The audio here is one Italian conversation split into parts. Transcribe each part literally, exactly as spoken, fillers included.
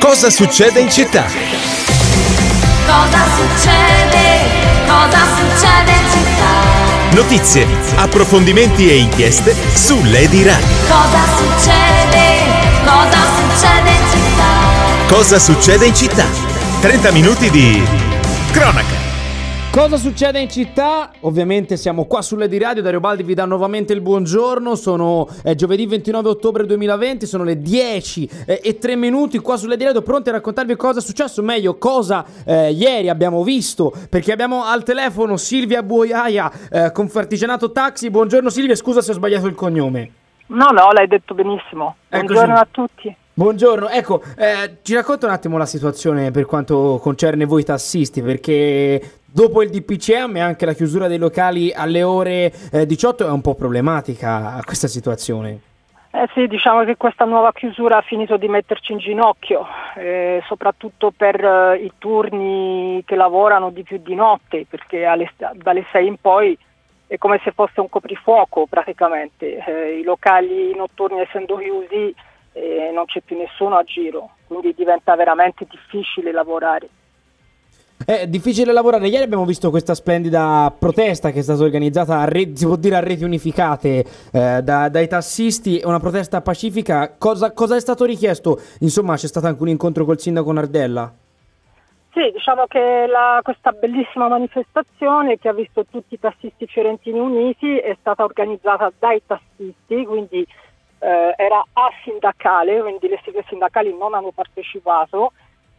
Cosa succede in città? Cosa succede? Cosa succede in città? Notizie, approfondimenti e inchieste su Lady Radio. Cosa succede? Cosa succede in città? Cosa succede in città? trenta minuti di cronaca. Cosa succede in città? Ovviamente siamo qua su Lady Radio, Dario Baldi vi dà nuovamente il buongiorno, sono eh, giovedì ventinove ottobre duemilaventi, sono le dieci eh, e tre minuti qua su Lady Radio, pronti a raccontarvi cosa è successo, meglio cosa eh, ieri abbiamo visto, perché abbiamo al telefono Silvia Buoiaia, eh, Confartigianato Taxi. Buongiorno Silvia, scusa se ho sbagliato il cognome. No, no, l'hai detto benissimo. Buongiorno a tutti. Buongiorno, ecco, eh, ci racconta un attimo la situazione per quanto concerne voi tassisti, perché dopo il D P C M anche la chiusura dei locali alle ore eh, diciotto è un po' problematica questa situazione. Eh sì, diciamo che questa nuova chiusura ha finito di metterci in ginocchio, eh, soprattutto per eh, i turni che lavorano di più di notte, perché alle, dalle sei in poi è come se fosse un coprifuoco praticamente, eh, i locali notturni essendo chiusi e non c'è più nessuno a giro, quindi diventa veramente difficile lavorare. È difficile lavorare. Ieri abbiamo visto questa splendida protesta che è stata organizzata a re- si può dire a reti unificate eh, da, dai tassisti, una protesta pacifica. Cosa, cosa è stato richiesto? Insomma, c'è stato anche un incontro col sindaco Nardella. Sì, diciamo che la, questa bellissima manifestazione che ha visto tutti i tassisti fiorentini uniti è stata organizzata dai tassisti, quindi Eh, era asindacale, quindi le sigle sindacali non hanno partecipato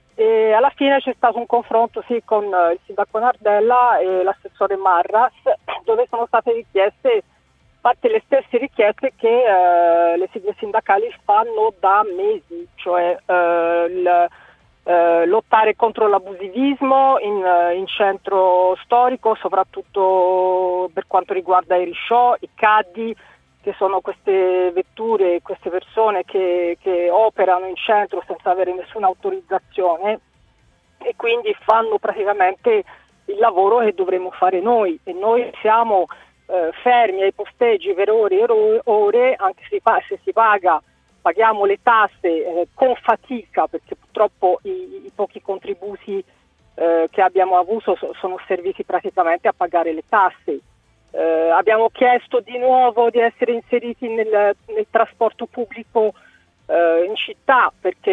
e alla fine c'è stato un confronto sì, con il sindaco Nardella e l'assessore Marras, dove sono state richieste fatte le stesse richieste che eh, le sigle sindacali fanno da mesi, cioè eh, il, eh, lottare contro l'abusivismo in, in centro storico, soprattutto per quanto riguarda i risciò, i caddi, che sono queste vetture, queste persone che, che operano in centro senza avere nessuna autorizzazione e quindi fanno praticamente il lavoro che dovremmo fare noi e noi siamo eh, fermi ai posteggi per ore e ore, anche se, se si paga, paghiamo le tasse eh, con fatica perché purtroppo i, i pochi contributi eh, che abbiamo avuto so, sono serviti praticamente a pagare le tasse. Eh, abbiamo chiesto di nuovo di essere inseriti nel, nel trasporto pubblico eh, in città perché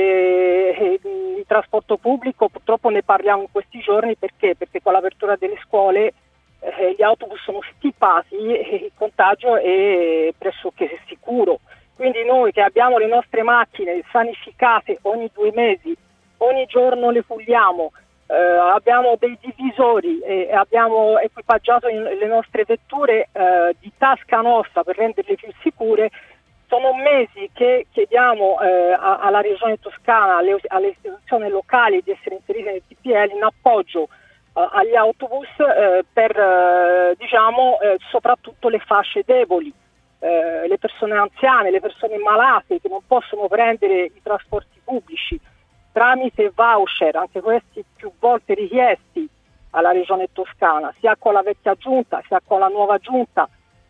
eh, il trasporto pubblico purtroppo ne parliamo in questi giorni perché, perché con l'apertura delle scuole eh, gli autobus sono stipati e il contagio è pressoché sicuro. Quindi noi che abbiamo le nostre macchine sanificate ogni due mesi, ogni giorno le puliamo, Uh, abbiamo dei divisori e abbiamo equipaggiato in, le nostre vetture uh, di tasca nostra per renderle più sicure. Sono mesi che chiediamo uh, a, alla Regione Toscana, alle, alle istituzioni locali di essere inserite nel T P L in appoggio uh, agli autobus uh, per uh, diciamo uh, soprattutto le fasce deboli, uh, le persone anziane, le persone malate che non possono prendere i trasporti pubblici tramite voucher, anche questi più volte richiesti alla Regione Toscana, sia con la vecchia giunta sia con la nuova giunta,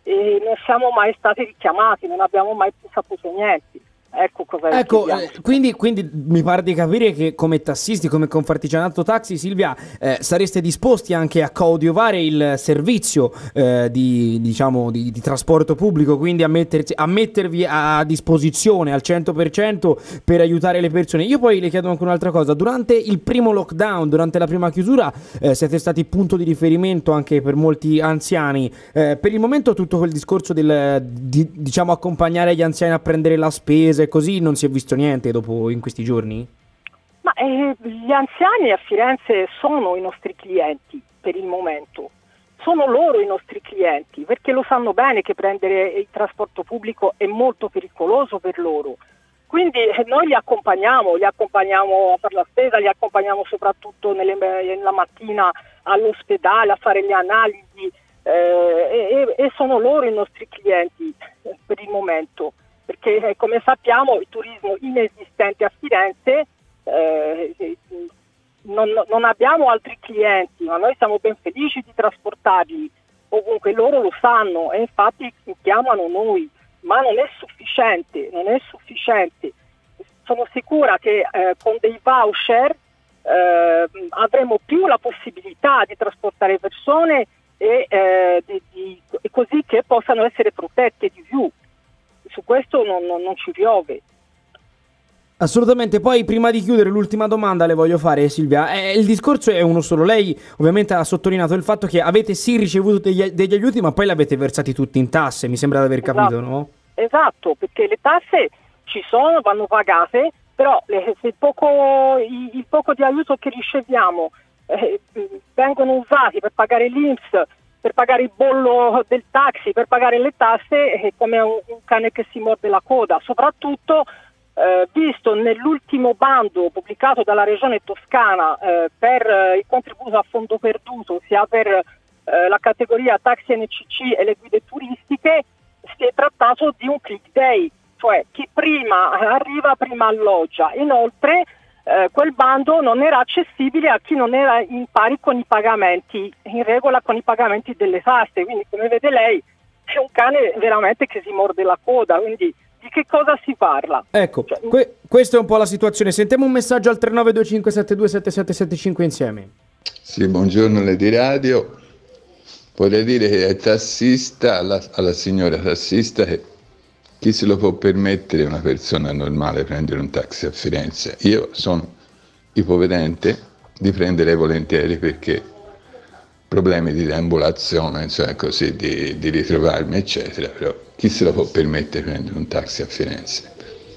e non siamo mai stati richiamati, non abbiamo mai più saputo niente. Ecco cosa ecco, eh, quindi, quindi mi pare di capire che come tassisti, come Confartigianato Taxi, Silvia, eh, sareste disposti anche a coadiuvare il servizio eh, di, diciamo, di, di trasporto pubblico, quindi a, mettersi, a mettervi a disposizione al cento per cento per aiutare le persone. Io poi le chiedo anche un'altra cosa: durante il primo lockdown, durante la prima chiusura, eh, siete stati punto di riferimento anche per molti anziani. Eh, per il momento tutto quel discorso del di, diciamo accompagnare gli anziani a prendere la spesa e così non si è visto niente dopo in questi giorni? Ma eh, gli anziani a Firenze sono i nostri clienti per il momento, sono loro i nostri clienti perché lo sanno bene che prendere il trasporto pubblico è molto pericoloso per loro, quindi eh, noi li accompagniamo, li accompagniamo a fare la spesa, li accompagniamo soprattutto nelle, nella mattina all'ospedale a fare le analisi eh, e, e sono loro i nostri clienti eh, per il momento. Perché eh, come sappiamo il turismo inesistente a Firenze, eh, non, non abbiamo altri clienti, ma noi siamo ben felici di trasportarli ovunque, loro lo sanno e infatti chiamano noi, ma non è sufficiente, non è sufficiente. sono sicura che eh, con dei voucher eh, avremo più la possibilità di trasportare persone e, eh, di, di, e così che possano essere protette di più. Su questo non, non, non ci piove. Assolutamente. Poi prima di chiudere l'ultima domanda le voglio fare, Silvia. Eh, il discorso è uno solo. Lei ovviamente ha sottolineato il fatto che avete sì ricevuto degli, degli aiuti, ma poi li avete versati tutti in tasse, mi sembra di aver capito, Esatto. no? Esatto, perché le tasse ci sono, vanno pagate, però le, se il, poco, il, il poco di aiuto che riceviamo eh, vengono usati per pagare l'I N P S, per pagare il bollo del taxi, per pagare le tasse, è come un, un cane che si morde la coda. Soprattutto eh, visto nell'ultimo bando pubblicato dalla Regione Toscana eh, per eh, il contributo a fondo perduto, sia per eh, la categoria taxi N C C e le guide turistiche, si è trattato di un click day, cioè chi prima arriva prima alloggia. Inoltre eh, quel bando non era accessibile a chi non era in pari con i pagamenti, in regola con i pagamenti delle tasse, quindi come vede lei è un cane veramente che si morde la coda, quindi di che cosa si parla? Ecco, Cioè, que- questa è un po' la situazione. Sentiamo un messaggio al tre nove due cinque sette due sette sette sette cinque insieme. Sì, buongiorno Lady Radio. Vorrei dire che è tassista, alla, alla signora tassista, che chi se lo può permettere una persona normale prendere un taxi a Firenze? Io sono ipovedente, li prenderei volentieri perché problemi di deambulazione, cioè così, di, di ritrovarmi, eccetera, però chi se lo può permettere prendere un taxi a Firenze?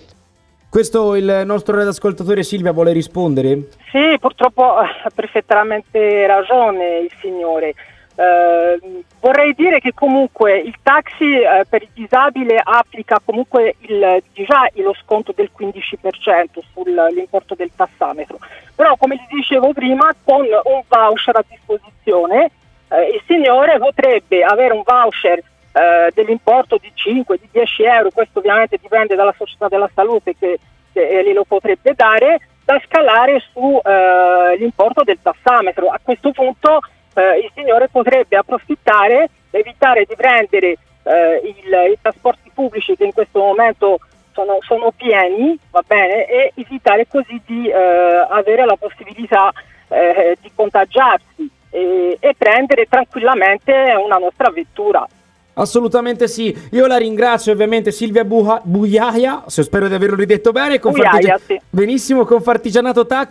Questo il nostro radioascoltatore Silvia vuole rispondere? Sì, purtroppo ha perfettamente ragione il signore. Eh, vorrei dire che comunque il taxi eh, per il disabile applica comunque il, già lo sconto del quindici per cento sull'importo del tassametro, però come gli dicevo prima, con un voucher a disposizione eh, il signore potrebbe avere un voucher eh, dell'importo di cinque, di dieci euro, questo ovviamente dipende dalla società della salute che, che glielo potrebbe dare, da scalare sull'importo eh, del tassametro. A questo punto Uh, il signore potrebbe approfittare, evitare di prendere uh, il, i trasporti pubblici che in questo momento sono, sono pieni, va bene, e evitare così di uh, avere la possibilità uh, di contagiarsi e, e prendere tranquillamente una nostra vettura. Assolutamente sì, io la ringrazio ovviamente Silvia Buha- Buiaia, se spero di averlo ridetto bene, con Buiaia, Fartigia- sì. benissimo, con Fartigianato Taxi.